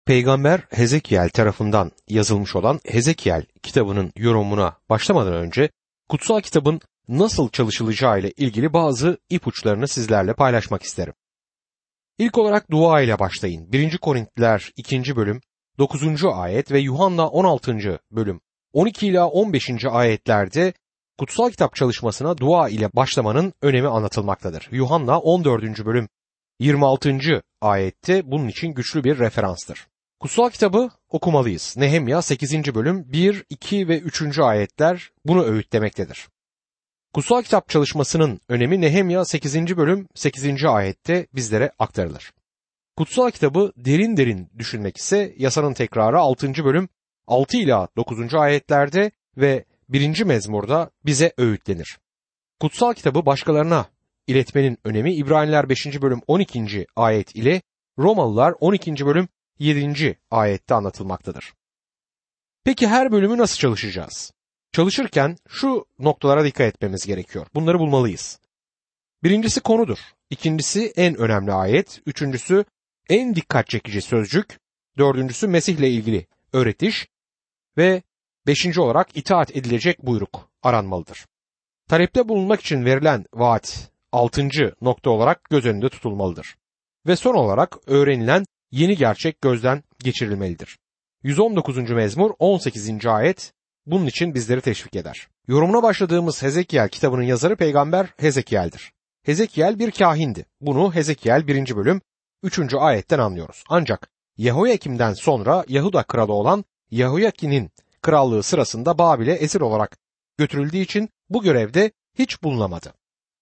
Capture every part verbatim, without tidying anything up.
Peygamber Hezekiel tarafından yazılmış olan Hezekiel kitabının yorumuna başlamadan önce kutsal kitabın nasıl çalışılacağı ile ilgili bazı ipuçlarını sizlerle paylaşmak isterim. İlk olarak dua ile başlayın. birinci Korintiler ikinci bölüm dokuzuncu ayet ve Yuhanna on altıncı bölüm on iki ila on beşinci ayetlerde kutsal kitap çalışmasına dua ile başlamanın önemi anlatılmaktadır. Yuhanna on dördüncü bölüm yirmi altıncı ayette bunun için güçlü bir referanstır. Kutsal kitabı okumalıyız. Nehemya sekizinci bölüm bir, iki ve üçüncü ayetler bunu öğütlemektedir. Kutsal kitap çalışmasının önemi Nehemya sekizinci bölüm sekizinci ayette bizlere aktarılır. Kutsal kitabı derin derin düşünmek ise yasanın tekrarı altıncı bölüm altı ila dokuzuncu ayetlerde ve birinci mezmurda bize öğütlenir. Kutsal kitabı başkalarına iletmenin önemi İbraniler beşinci bölüm on ikinci ayet ile Romalılar on ikinci bölüm yedinci ayette anlatılmaktadır. Peki her bölümü nasıl çalışacağız? Çalışırken şu noktalara dikkat etmemiz gerekiyor. Bunları bulmalıyız. Birincisi konudur. İkincisi en önemli ayet. Üçüncüsü en dikkat çekici sözcük. Dördüncüsü Mesih'le ilgili öğretiş. Ve beşinci olarak itaat edilecek buyruk aranmalıdır. Talepte bulunmak için verilen vaat altıncı nokta olarak göz önünde tutulmalıdır. Ve son olarak öğrenilen yeni gerçek gözden geçirilmelidir. yüz on dokuzuncu mezmur on sekizinci ayet bunun için bizleri teşvik eder. Yorumuna başladığımız Hezekiel kitabının yazarı peygamber Hezekiel'dir. Hezekiel bir kahindi. Bunu Hezekiel birinci bölüm üçüncü ayetten anlıyoruz. Ancak Yehoyakim'den sonra Yahuda kralı olan Yehoyakin'in krallığı sırasında Babil'e esir olarak götürüldüğü için bu görevde hiç bulunamadı.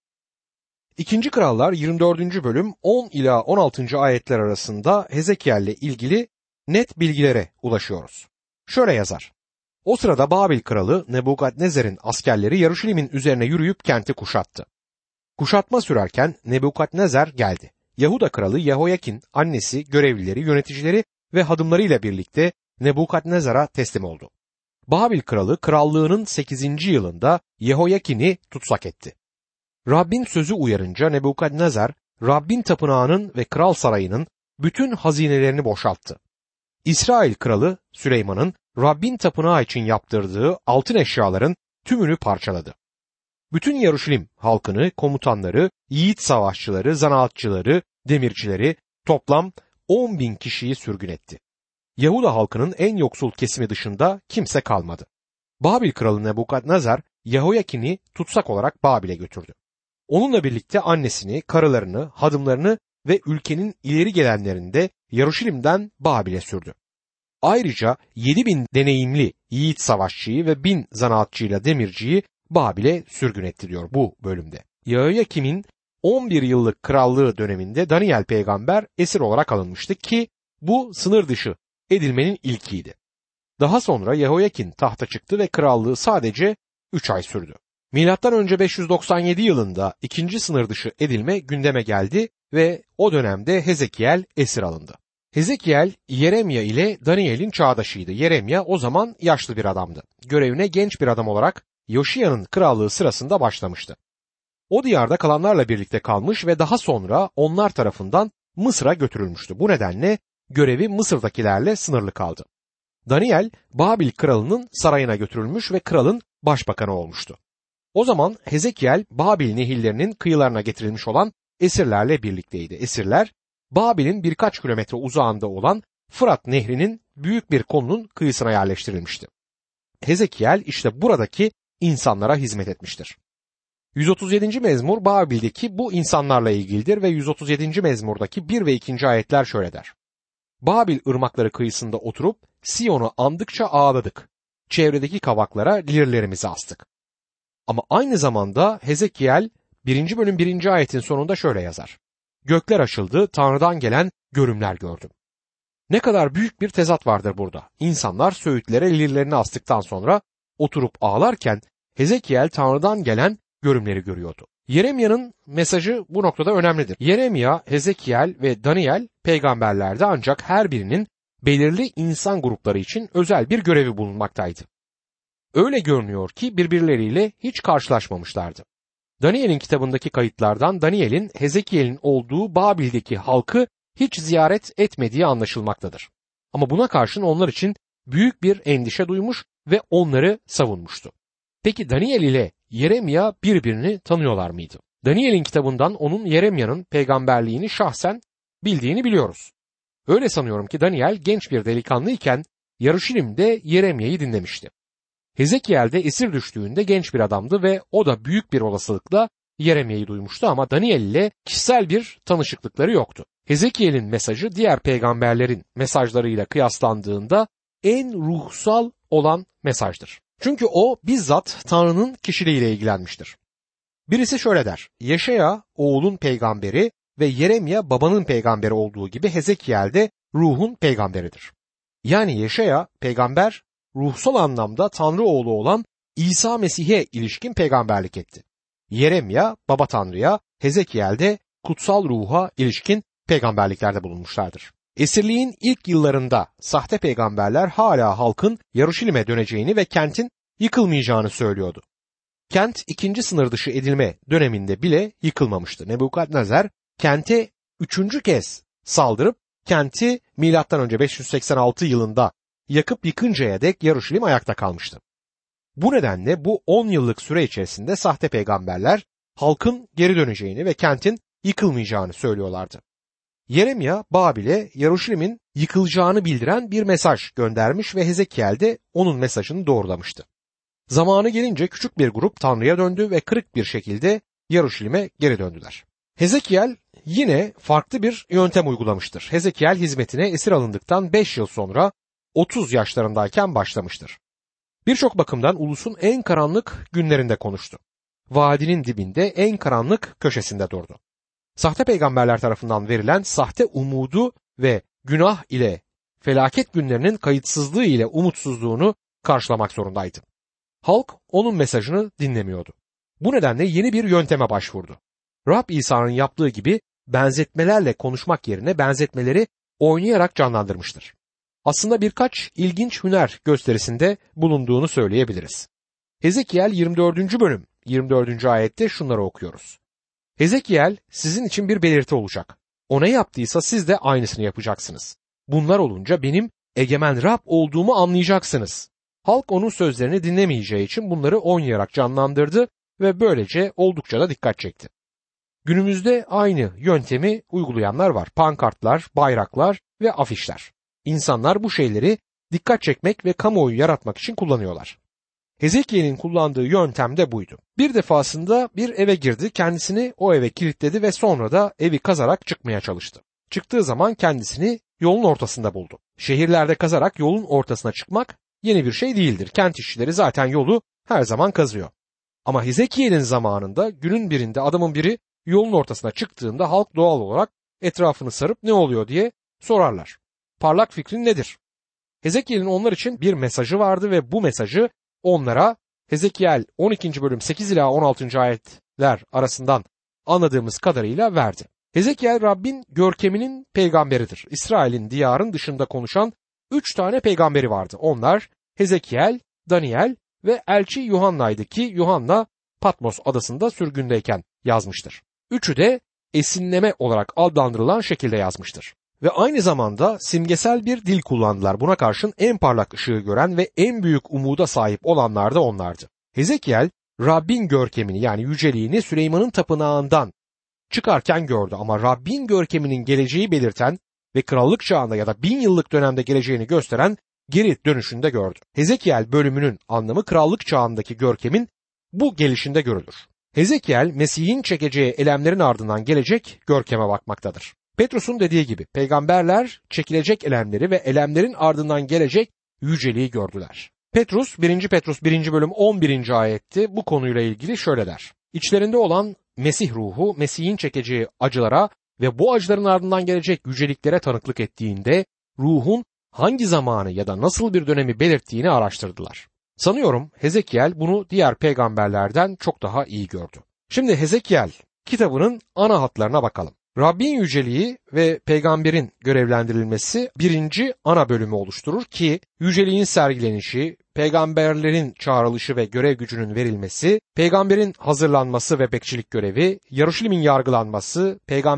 İkinci Krallar yirmi dördüncü bölüm on ila on altıncı ayetler arasında Hezekiel ile ilgili net bilgilere ulaşıyoruz. Şöyle yazar. O sırada Babil kralı Nebukadnezar'ın askerleri Yaruşilim'in üzerine yürüyüp kenti kuşattı. Kuşatma sürerken Nebukadnezar geldi. Yahuda kralı Yehoyakin, annesi, görevlileri, yöneticileri ve hadımlarıyla birlikte Nebukadnezar'a teslim oldu. Babil kralı krallığının sekizinci yılında Yehoyakin'i tutsak etti. Rabbin sözü uyarınca Nebukadnezar, Rabbin tapınağının ve kral sarayının bütün hazinelerini boşalttı. İsrail kralı Süleyman'ın Rabbin tapınağı için yaptırdığı altın eşyaların tümünü parçaladı. Bütün Yaruşilim halkını, komutanları, yiğit savaşçıları, zanaatçıları, demircileri toplam on bin kişiyi sürgün etti. Yahuda halkının en yoksul kesimi dışında kimse kalmadı. Babil kralı Nebukadnezar, Yehoyakin'i tutsak olarak Babil'e götürdü. Onunla birlikte annesini, karılarını, hadımlarını ve ülkenin ileri gelenlerini de Yaruşilim'den Babil'e sürdü. Ayrıca yedi bin deneyimli yiğit savaşçıyı ve bin zanaatçıyla demirciyi Babil'e sürgün etti diyor bu bölümde. Yehoyakim'in on bir yıllık krallığı döneminde Daniel peygamber esir olarak alınmıştı ki bu sınır dışı edilmenin ilkiydi. Daha sonra Yehoyakin tahta çıktı ve krallığı sadece üç ay sürdü. Milattan önce beş yüz doksan yedi yılında ikinci sınır dışı edilme gündeme geldi ve o dönemde Hezekiel esir alındı. Hezekiel, Yeremya ile Daniel'in çağdaşıydı. Yeremya o zaman yaşlı bir adamdı. Görevine genç bir adam olarak Yoşiya'nın krallığı sırasında başlamıştı. O diyarda kalanlarla birlikte kalmış ve daha sonra onlar tarafından Mısır'a götürülmüştü. Bu nedenle görevi Mısır'dakilerle sınırlı kaldı. Daniel, Babil kralının sarayına götürülmüş ve kralın başbakanı olmuştu. O zaman Hezekiel, Babil nehirlerinin kıyılarına getirilmiş olan esirlerle birlikteydi. Esirler, Babil'in birkaç kilometre uzağında olan Fırat Nehri'nin büyük bir konunun kıyısına yerleştirilmişti. Hezekiel işte buradaki insanlara hizmet etmiştir. yüz otuz yedinci mezmur Babil'deki bu insanlarla ilgilidir ve yüz otuz yedinci mezmurdaki bir ve ikinci ayetler şöyle der. Babil ırmakları kıyısında oturup Siyon'u andıkça ağladık. Çevredeki kavaklara lirlerimizi astık. Ama aynı zamanda Hezekiel birinci bölüm birinci ayetin sonunda şöyle yazar. Gökler açıldı, Tanrı'dan gelen görümler gördüm. Ne kadar büyük bir tezat vardır burada. İnsanlar söğütlere lirlerini astıktan sonra oturup ağlarken Hezekiel Tanrı'dan gelen görümleri görüyordu. Yeremya'nın mesajı bu noktada önemlidir. Yeremya, Hezekiel ve Daniel peygamberlerdi ancak her birinin belirli insan grupları için özel bir görevi bulunmaktaydı. Öyle görünüyor ki birbirleriyle hiç karşılaşmamışlardı. Daniel'in kitabındaki kayıtlardan Daniel'in Hezekiel'in olduğu Babil'deki halkı hiç ziyaret etmediği anlaşılmaktadır. Ama buna karşın onlar için büyük bir endişe duymuş ve onları savunmuştu. Peki Daniel ile Yeremya birbirini tanıyorlar mıydı? Daniel'in kitabından onun Yeremya'nın peygamberliğini şahsen bildiğini biliyoruz. Öyle sanıyorum ki Daniel genç bir delikanlıyken Yarışilim'de Yeremya'yı dinlemişti. Hezekiel de esir düştüğünde genç bir adamdı ve o da büyük bir olasılıkla Yeremya'yı duymuştu ama Daniel ile kişisel bir tanışıklıkları yoktu. Hezekiel'in mesajı diğer peygamberlerin mesajlarıyla kıyaslandığında en ruhsal olan mesajdır. Çünkü o bizzat Tanrı'nın kişiliğiyle ilgilenmiştir. Birisi şöyle der: Yeşaya oğulun peygamberi ve Yeremya babanın peygamberi olduğu gibi Hezekiel de ruhun peygamberidir. Yani Yeşaya peygamber, ruhsal anlamda Tanrı oğlu olan İsa Mesih'e ilişkin peygamberlik etti. Yeremya baba Tanrı'ya, Hezekiel de kutsal ruha ilişkin peygamberliklerde bulunmuşlardır. Esirliğin ilk yıllarında sahte peygamberler hala halkın Yaruşilim'e döneceğini ve kentin yıkılmayacağını söylüyordu. Kent ikinci sınır dışı edilme döneminde bile yıkılmamıştı. Nebukadnezar kente üçüncü kez saldırıp kenti milattan önce beş yüz seksen altı yılında yakıp yıkıncaya dek Yaruşilim ayakta kalmıştı. Bu nedenle bu on yıllık süre içerisinde sahte peygamberler halkın geri döneceğini ve kentin yıkılmayacağını söylüyorlardı. Yeremya Babil'e Yaruşilim'in yıkılacağını bildiren bir mesaj göndermiş ve Hezekiel de onun mesajını doğrulamıştı. Zamanı gelince küçük bir grup Tanrı'ya döndü ve kırık bir şekilde Yaruşilim'e geri döndüler. Hezekiel yine farklı bir yöntem uygulamıştır. Hezekiel hizmetine esir alındıktan beş yıl sonra otuz yaşlarındayken başlamıştır. Birçok bakımdan ulusun en karanlık günlerinde konuştu. Vadinin dibinde en karanlık köşesinde durdu. Sahte peygamberler tarafından verilen sahte umudu ve günah ile felaket günlerinin kayıtsızlığı ile umutsuzluğunu karşılamak zorundaydı. Halk onun mesajını dinlemiyordu. Bu nedenle yeni bir yönteme başvurdu. Rab İsa'nın yaptığı gibi benzetmelerle konuşmak yerine benzetmeleri oynayarak canlandırmıştır. Aslında birkaç ilginç hüner gösterisinde bulunduğunu söyleyebiliriz. Hezekiel yirmi dördüncü bölüm yirmi dördüncü ayette şunları okuyoruz. Hezekiel sizin için bir belirti olacak. O ne yaptıysa siz de aynısını yapacaksınız. Bunlar olunca benim egemen Rab olduğumu anlayacaksınız. Halk onun sözlerini dinlemeyeceği için bunları oynayarak canlandırdı ve böylece oldukça da dikkat çekti. Günümüzde aynı yöntemi uygulayanlar var. Pankartlar, bayraklar ve afişler. İnsanlar bu şeyleri dikkat çekmek ve kamuoyu yaratmak için kullanıyorlar. Hezekiel'in kullandığı yöntem de buydu. Bir defasında bir eve girdi, kendisini o eve kilitledi ve sonra da evi kazarak çıkmaya çalıştı. Çıktığı zaman kendisini yolun ortasında buldu. Şehirlerde kazarak yolun ortasına çıkmak yeni bir şey değildir. Kent işçileri zaten yolu her zaman kazıyor. Ama Hezekiel'in zamanında günün birinde adamın biri yolun ortasına çıktığında halk doğal olarak etrafını sarıp ne oluyor diye sorarlar. Parlak fikrin nedir? Hezekiel'in onlar için bir mesajı vardı ve bu mesajı onlara Hezekiel on ikinci bölüm sekiz ila on altıncı ayetler arasından anladığımız kadarıyla verdi. Hezekiel Rabbin görkeminin peygamberidir. İsrail'in diyarın dışında konuşan üç tane peygamberi vardı. Onlar Hezekiel, Daniel ve elçi Yuhanna'ydı ki Yuhanna Patmos adasında sürgündeyken yazmıştır. Üçü de esinleme olarak adlandırılan şekilde yazmıştır. Ve aynı zamanda simgesel bir dil kullandılar. Buna karşın en parlak ışığı gören ve en büyük umuda sahip olanlar da onlardı. Hezekiel, Rabbin görkemini yani yüceliğini Süleyman'ın tapınağından çıkarken gördü ama Rabbin görkeminin geleceği belirten ve krallık çağında ya da bin yıllık dönemde geleceğini gösteren geri dönüşünde gördü. Hezekiel bölümünün anlamı krallık çağındaki görkemin bu gelişinde görülür. Hezekiel, Mesih'in çekeceği elemlerin ardından gelecek görkeme bakmaktadır. Petrus'un dediği gibi peygamberler çekilecek elemleri ve elemlerin ardından gelecek yüceliği gördüler. Petrus birinci Petrus birinci bölüm on birinci ayette bu konuyla ilgili şöyle der. İçlerinde olan Mesih ruhu Mesih'in çekeceği acılara ve bu acıların ardından gelecek yüceliklere tanıklık ettiğinde ruhun hangi zamanı ya da nasıl bir dönemi belirttiğini araştırdılar. Sanıyorum Hezekiel bunu diğer peygamberlerden çok daha iyi gördü. Şimdi Hezekiel kitabının ana hatlarına bakalım. Rabbin yüceliği ve peygamberin görevlendirilmesi birinci ana bölümü oluşturur ki yüceliğin sergilenişi, peygamberlerin çağrılışı ve görev gücünün verilmesi, peygamberin hazırlanması ve bekçilik görevi, Yaruşilim'in yargılanması, peygamberin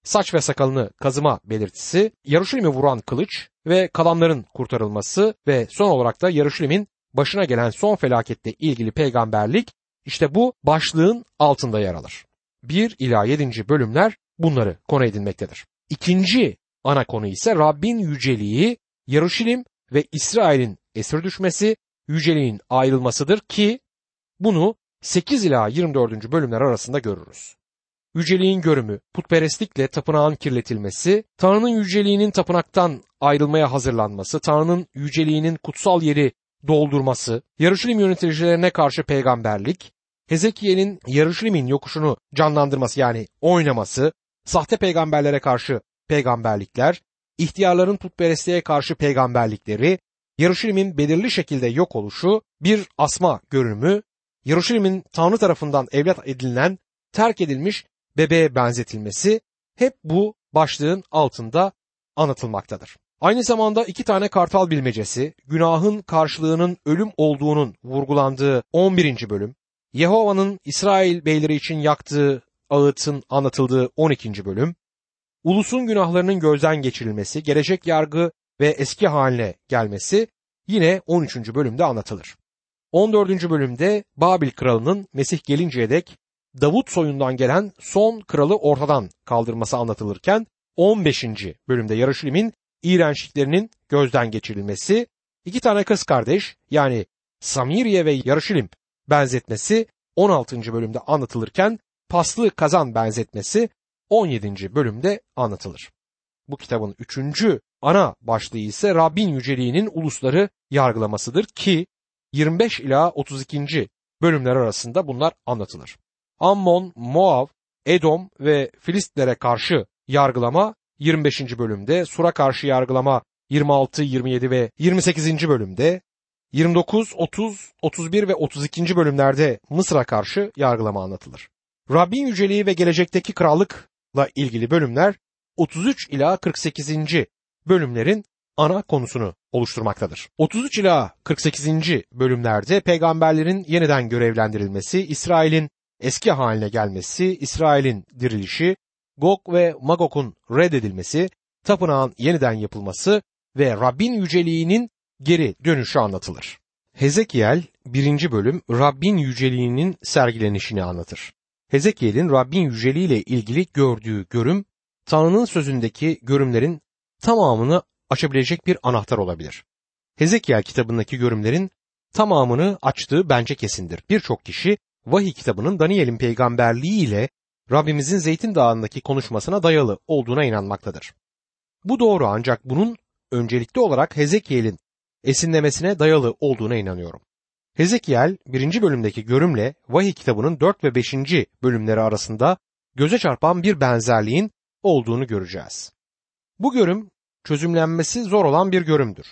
saç ve sakalını kazıma belirtisi, Yaruşilim'i vuran kılıç ve kalanların kurtarılması ve son olarak da Yaruşilim'in başına gelen son felaketle ilgili peygamberlik, işte bu başlığın altında yer alır. bir ila yedinci bölümler bunları konu edinmektedir. İkinci ana konu ise Rabbin yüceliği, Yaruşilim ve İsrail'in esir düşmesi, yüceliğin ayrılmasıdır ki bunu sekiz ila yirmi dördüncü bölümler arasında görürüz. Yüceliğin görümü, putperestlikle tapınağın kirletilmesi, Tanrı'nın yüceliğinin tapınaktan ayrılmaya hazırlanması, Tanrı'nın yüceliğinin kutsal yeri doldurması, Yaruşilim yöneticilerine karşı peygamberlik, Hezekiel'in Yaruşilim'in yokuşunu canlandırması yani oynaması, sahte peygamberlere karşı peygamberlikler, ihtiyarların putperestliğe karşı peygamberlikleri, Yaruşilim'in belirli şekilde yok oluşu, bir asma görünümü, Yaruşilim'in Tanrı tarafından evlat edinilen, terk edilmiş bebeğe benzetilmesi hep bu başlığın altında anlatılmaktadır. Aynı zamanda iki tane kartal bilmecesi, günahın karşılığının ölüm olduğunun vurgulandığı on birinci bölüm, Yehova'nın İsrail beyleri için yaktığı ağıtın anlatıldığı on ikinci bölüm, ulusun günahlarının gözden geçirilmesi, gelecek yargı ve eski haline gelmesi yine on üçüncü bölümde anlatılır. on dördüncü bölümde Babil kralının Mesih gelinceye dek Davut soyundan gelen son kralı ortadan kaldırması anlatılırken on beşinci bölümde Yaruşilim'in iğrençliklerinin gözden geçirilmesi, iki tane kız kardeş yani Samiriye ve Yaruşilim benzetmesi on altıncı bölümde anlatılırken paslı kazan benzetmesi on yedinci bölümde anlatılır. Bu kitabın üçüncü ana başlığı ise Rabbin yüceliğinin ulusları yargılamasıdır ki yirmi beş ila otuz ikinci bölümler arasında bunlar anlatılır. Ammon, Moav, Edom ve Filistlere karşı yargılama yirmi beşinci bölümde, Sur'a karşı yargılama yirmi altı, yirmi yedi ve yirmi sekizinci bölümde, yirmi dokuz, otuz, otuz bir ve otuz ikinci bölümlerde Mısır'a karşı yargılama anlatılır. Rabbin yüceliği ve gelecekteki krallıkla ilgili bölümler otuz üç ila kırk sekizinci bölümlerin ana konusunu oluşturmaktadır. otuz üç ila kırk sekizinci bölümlerde peygamberlerin yeniden görevlendirilmesi, İsrail'in eski haline gelmesi, İsrail'in dirilişi, Gog ve Magog'un reddedilmesi, tapınağın yeniden yapılması ve Rabbin yüceliğinin geri dönüşü anlatılır. Hezekiel birinci bölüm Rabbin yüceliğinin sergilenişini anlatır. Hezekiel'in Rabbin yüceliğiyle ilgili gördüğü görüm, Tanrı'nın sözündeki görümlerin tamamını açabilecek bir anahtar olabilir. Hezekiel kitabındaki görümlerin tamamını açtığı bence kesindir. Birçok kişi Vahiy kitabının Daniel'in peygamberliği ile Rabbimizin Zeytin Dağı'ndaki konuşmasına dayalı olduğuna inanmaktadır. Bu doğru ancak bunun öncelikli olarak Hezekiel'in esinlemesine dayalı olduğuna inanıyorum. Hezekiel birinci bölümdeki görümle Vahiy kitabının dört ve beşinci bölümleri arasında göze çarpan bir benzerliğin olduğunu göreceğiz. Bu görüm çözümlenmesi zor olan bir görümdür.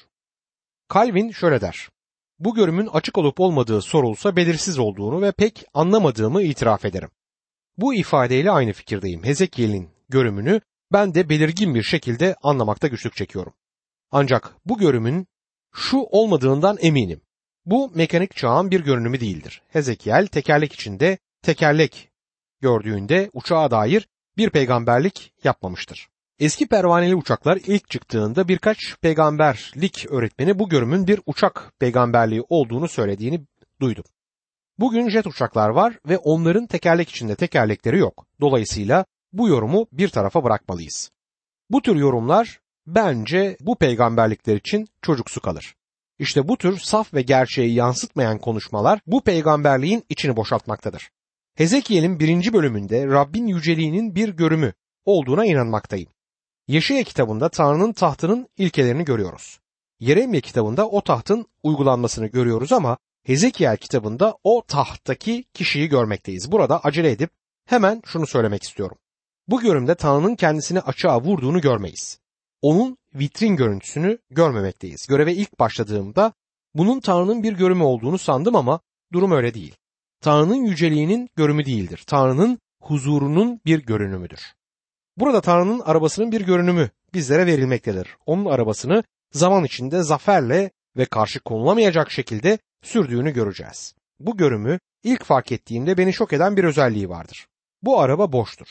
Calvin şöyle der: bu görümün açık olup olmadığı sorulsa belirsiz olduğunu ve pek anlamadığımı itiraf ederim. Bu ifadeyle aynı fikirdeyim. Hezekiel'in görümünü ben de belirgin bir şekilde anlamakta güçlük çekiyorum. Ancak bu görümün şu olmadığından eminim. Bu mekanik çağın bir görünümü değildir. Hezekiel tekerlek içinde tekerlek gördüğünde uçağa dair bir peygamberlik yapmamıştır. Eski pervaneli uçaklar ilk çıktığında birkaç peygamberlik öğretmeni bu görümün bir uçak peygamberliği olduğunu söylediğini duydum. Bugün jet uçaklar var ve onların tekerlek içinde tekerlekleri yok. Dolayısıyla bu yorumu bir tarafa bırakmalıyız. Bu tür yorumlar bence bu peygamberlikler için çocuksu kalır. İşte bu tür saf ve gerçeği yansıtmayan konuşmalar bu peygamberliğin içini boşaltmaktadır. Hezekiel'in birinci bölümünde Rabbin yüceliğinin bir görümü olduğuna inanmaktayım. Yeşaya kitabında Tanrı'nın tahtının ilkelerini görüyoruz. Yeremye kitabında o tahtın uygulanmasını görüyoruz ama Hezekiel kitabında o tahttaki kişiyi görmekteyiz. Burada acele edip hemen şunu söylemek istiyorum. Bu görümde Tanrı'nın kendisini açığa vurduğunu görmeyiz. Onun vitrin görüntüsünü görmemekteyiz. Göreve ilk başladığımda bunun Tanrı'nın bir görümü olduğunu sandım ama durum öyle değil. Tanrı'nın yüceliğinin görümü değildir. Tanrı'nın huzurunun bir görünümüdür. Burada Tanrı'nın arabasının bir görünümü bizlere verilmektedir. Onun arabasını zaman içinde zaferle ve karşı konulamayacak şekilde sürdüğünü göreceğiz. Bu görümü ilk fark ettiğimde beni şok eden bir özelliği vardır. Bu araba boştur.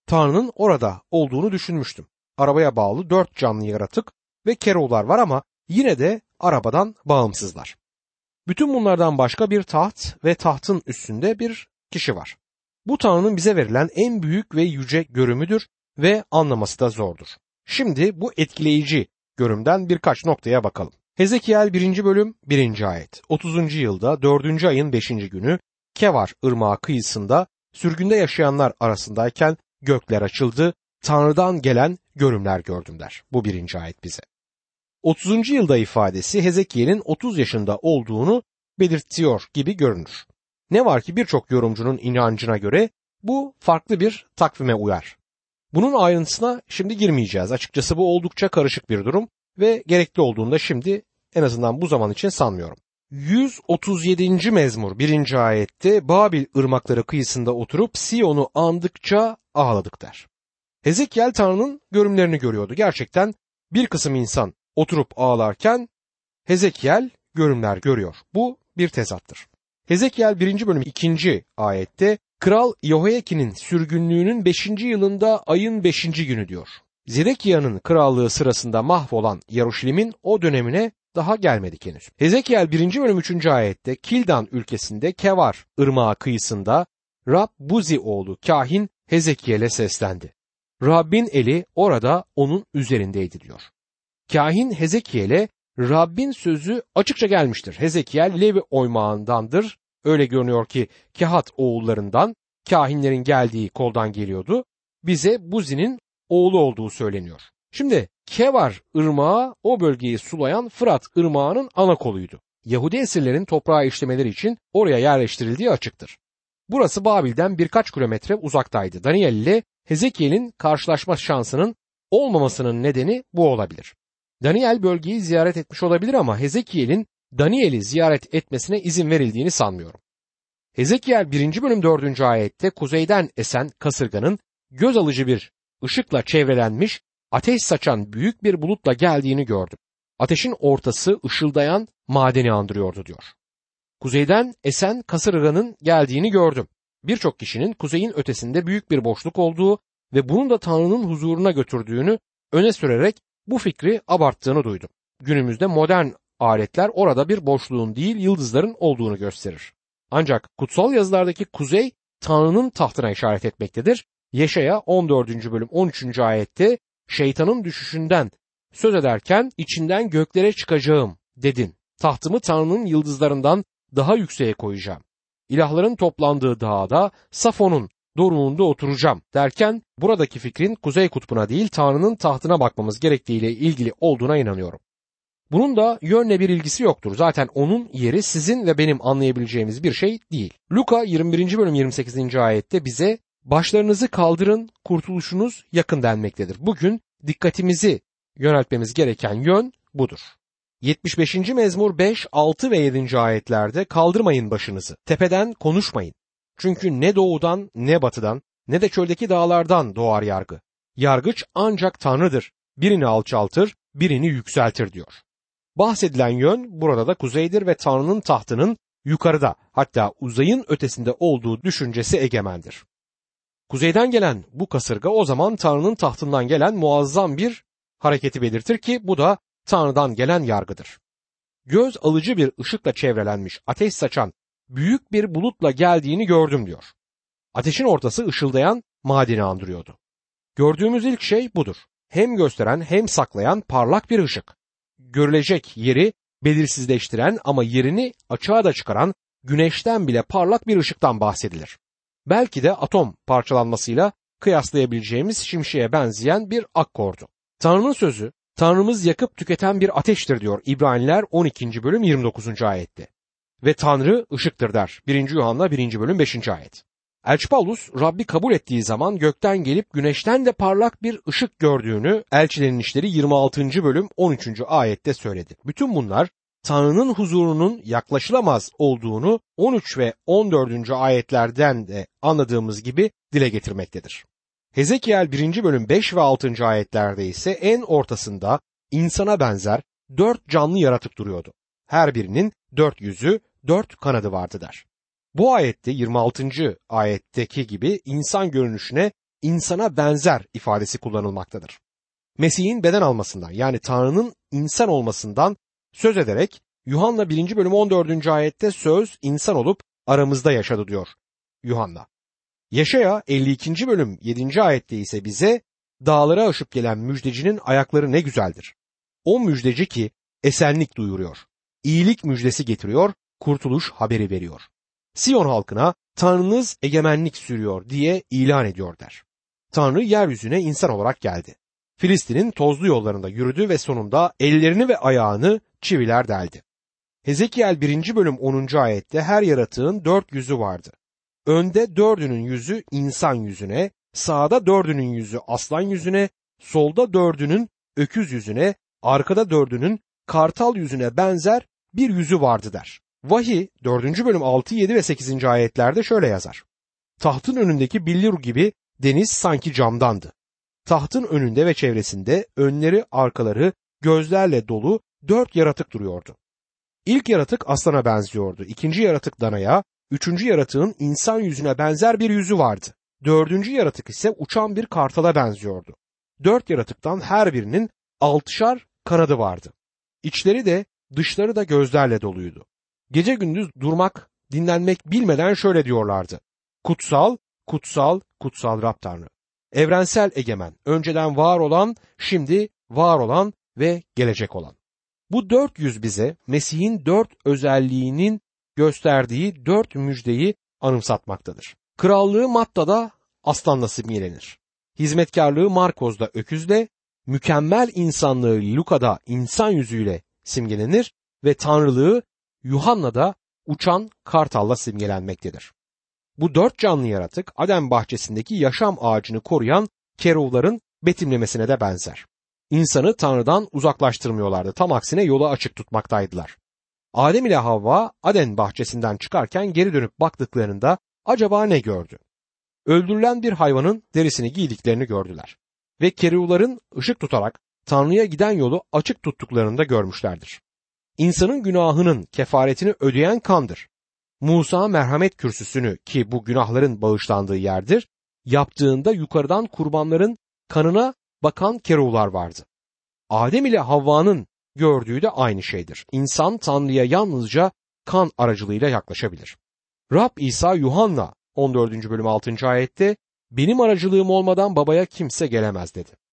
Tanrı'nın orada olduğunu düşünmüştüm. Arabaya bağlı dört canlı yaratık ve kerular var ama yine de arabadan bağımsızlar. Bütün bunlardan başka bir taht ve tahtın üstünde bir kişi var. Bu Tanrı'nın bize verilen en büyük ve yüce görümüdür ve anlaması da zordur. Şimdi bu etkileyici görümden birkaç noktaya bakalım. Hezekiel birinci bölüm birinci ayet. otuzuncu yılda dördüncü ayın beşinci günü Kevar ırmağı kıyısında sürgünde yaşayanlar arasındayken gökler açıldı, Tanrı'dan gelen görümler gördüm der. Bu birinci ayet bize. otuzuncu yılda ifadesi Hezekiel'in otuz yaşında olduğunu belirtiyor gibi görünür. Ne var ki birçok yorumcunun inancına göre bu farklı bir takvime uyar. Bunun ayrıntısına şimdi girmeyeceğiz. Açıkçası bu oldukça karışık bir durum ve gerekli olduğunda şimdi en azından bu zaman için sanmıyorum. yüz otuz yedinci mezmur birinci ayette Babil ırmakları kıyısında oturup Siyon'u andıkça ağladık der. Hezekiel Tanrı'nın görümlerini görüyordu. Gerçekten bir kısım insan oturup ağlarken Hezekiel görümler görüyor. Bu bir tezattır. Hezekiel birinci bölüm ikinci ayette Kral Yehoyakin'in sürgünlüğünün beşinci yılında ayın beşinci günü diyor. Zedekia'nın krallığı sırasında mahvolan Yaruşilim'in o dönemine daha gelmedik henüz. Hezekiel birinci bölüm üçüncü ayette Kildan ülkesinde Kevar ırmağı kıyısında Rab Buzi oğlu kahin Hezekiel'e seslendi. Rabbin eli orada onun üzerindeydi diyor. Kahin Hezekiel'e Rabbin sözü açıkça gelmiştir. Hezekiel Levi oymağındandır. Öyle görünüyor ki Kehat oğullarından kahinlerin geldiği koldan geliyordu. Bize Buzi'nin oğlu olduğu söyleniyor. Şimdi Kevar ırmağı o bölgeyi sulayan Fırat ırmağının ana koluydu. Yahudi esirlerin toprağa işlemeleri için oraya yerleştirildiği açıktır. Burası Babil'den birkaç kilometre uzaktaydı. Daniel ile Hezekiel'in karşılaşma şansının olmamasının nedeni bu olabilir. Daniel bölgeyi ziyaret etmiş olabilir ama Hezekiel'in Daniel'i ziyaret etmesine izin verildiğini sanmıyorum. Hezekiel birinci bölüm dördüncü ayette kuzeyden esen kasırganın göz alıcı bir ışıkla çevrelenmiş, ateş saçan büyük bir bulutla geldiğini gördüm. Ateşin ortası ışıldayan madeni andırıyordu diyor. Kuzeyden esen kasırganın geldiğini gördüm. Birçok kişinin kuzeyin ötesinde büyük bir boşluk olduğu ve bunun da Tanrı'nın huzuruna götürdüğünü öne sürerek bu fikri abarttığını duydum. Günümüzde modern aletler orada bir boşluğun değil yıldızların olduğunu gösterir. Ancak kutsal yazılardaki kuzey Tanrı'nın tahtına işaret etmektedir. Yeşaya on dördüncü bölüm on üçüncü ayette şeytanın düşüşünden söz ederken içinden göklere çıkacağım dedin. Tahtımı Tanrı'nın yıldızlarından daha yükseğe koyacağım. İlahların toplandığı dağda Safon'un doruğunda oturacağım derken buradaki fikrin kuzey kutbuna değil Tanrı'nın tahtına bakmamız gerektiğiyle ilgili olduğuna inanıyorum. Bunun da yönle bir ilgisi yoktur. Zaten onun yeri sizin ve benim anlayabileceğimiz bir şey değil. Luka yirmi birinci bölüm yirmi sekizinci ayette bize başlarınızı kaldırın, kurtuluşunuz yakın denmektedir. Bugün dikkatimizi yöneltmemiz gereken yön budur. yetmiş beşinci mezmur beş, altı ve yedinci ayetlerde kaldırmayın başınızı, tepeden konuşmayın. Çünkü ne doğudan ne batıdan ne de çöldeki dağlardan doğar yargı. Yargıç ancak Tanrı'dır. Birini alçaltır, birini yükseltir diyor. Bahsedilen yön burada da kuzeydir ve Tanrı'nın tahtının yukarıda hatta uzayın ötesinde olduğu düşüncesi egemendir. Kuzeyden gelen bu kasırga o zaman Tanrı'nın tahtından gelen muazzam bir hareketi belirtir ki bu da Tanrı'dan gelen yargıdır. Göz alıcı bir ışıkla çevrelenmiş ateş saçan büyük bir bulutla geldiğini gördüm diyor. Ateşin ortası ışıldayan madeni andırıyordu. Gördüğümüz ilk şey budur. Hem gösteren hem saklayan parlak bir ışık. Görülecek yeri belirsizleştiren ama yerini açığa da çıkaran güneşten bile parlak bir ışıktan bahsedilir. Belki de atom parçalanmasıyla kıyaslayabileceğimiz şimşeğe benzeyen bir akkordu. Tanrı'nın sözü, Tanrımız yakıp tüketen bir ateştir diyor İbraniler on ikinci bölüm yirmi dokuzuncu ayette. Ve Tanrı ışıktır der. birinci Yuhanna birinci bölüm beşinci ayet. Elçi Paulus Rabbi kabul ettiği zaman gökten gelip güneşten de parlak bir ışık gördüğünü Elçilerin İşleri yirmi altıncı bölüm on üçüncü ayette söyledi. Bütün bunlar Tanrı'nın huzurunun yaklaşılamaz olduğunu on üç ve on dördüncü ayetlerden de anladığımız gibi dile getirmektedir. Hezekiel birinci bölüm beş ve altıncı ayetlerde ise en ortasında insana benzer dört canlı yaratık duruyordu. Her birinin dört yüzü, dört kanadı vardı der. Bu ayette yirmi altıncı ayetteki gibi insan görünüşüne insana benzer ifadesi kullanılmaktadır. Mesih'in beden almasından yani Tanrı'nın insan olmasından söz ederek Yuhanna birinci bölüm on dördüncü ayette söz insan olup aramızda yaşadı diyor Yuhanna. Yeşaya elli ikinci bölüm yedinci ayette ise bize dağları aşıp gelen müjdecinin ayakları ne güzeldir. O müjdeci ki esenlik duyuruyor, iyilik müjdesi getiriyor, kurtuluş haberi veriyor. Siyon halkına Tanrınız egemenlik sürüyor diye ilan ediyor der. Tanrı yeryüzüne insan olarak geldi. Filistin'in tozlu yollarında yürüdü ve sonunda ellerini ve ayağını çiviler deldi. Hezekiel birinci bölüm onuncu ayette her yaratığın dört yüzü vardı. Önde dördünün yüzü insan yüzüne, sağda dördünün yüzü aslan yüzüne, solda dördünün öküz yüzüne, arkada dördünün kartal yüzüne benzer bir yüzü vardı der. Vahiy dördüncü bölüm altı, yedi ve sekizinci ayetlerde şöyle yazar. Tahtın önündeki billur gibi deniz sanki camdandı. Tahtın önünde ve çevresinde önleri arkaları gözlerle dolu dört yaratık duruyordu. İlk yaratık aslana benziyordu. İkinci yaratık danaya, üçüncü yaratığın insan yüzüne benzer bir yüzü vardı. Dördüncü yaratık ise uçan bir kartala benziyordu. Dört yaratıktan her birinin altışar kanadı vardı. İçleri de dışları da gözlerle doluydu. Gece gündüz durmak, dinlenmek bilmeden şöyle diyorlardı. Kutsal, kutsal, kutsal Rab Tanrı. Evrensel egemen, önceden var olan, şimdi var olan ve gelecek olan. Bu dört yüz bize Mesih'in dört özelliğinin gösterdiği dört müjdeyi anımsatmaktadır. Krallığı Matta'da aslanla simgelenir. Hizmetkarlığı Markoz'da öküzle, mükemmel insanlığı Luka'da insan yüzüyle simgelenir ve tanrılığı Yuhanna'da uçan kartalla simgelenmektedir. Bu dört canlı yaratık Adem bahçesindeki yaşam ağacını koruyan keruvların betimlemesine de benzer. İnsanı Tanrı'dan uzaklaştırmıyorlardı. Tam aksine yolu açık tutmaktaydılar. Adem ile Havva Aden bahçesinden çıkarken geri dönüp baktıklarında acaba ne gördü? Öldürülen bir hayvanın derisini giydiklerini gördüler. Ve keruvların ışık tutarak Tanrı'ya giden yolu açık tuttuklarını da görmüşlerdir. İnsanın günahının kefaretini ödeyen kandır. Musa merhamet kürsüsünü ki bu günahların bağışlandığı yerdir, yaptığında yukarıdan kurbanların kanına bakan keruvlar vardı. Adem ile Havva'nın gördüğü de aynı şeydir. İnsan Tanrı'ya yalnızca kan aracılığıyla yaklaşabilir. Rab İsa Yuhanna on dördüncü bölüm altıncı ayette benim aracılığım olmadan babaya kimse gelemez dedi.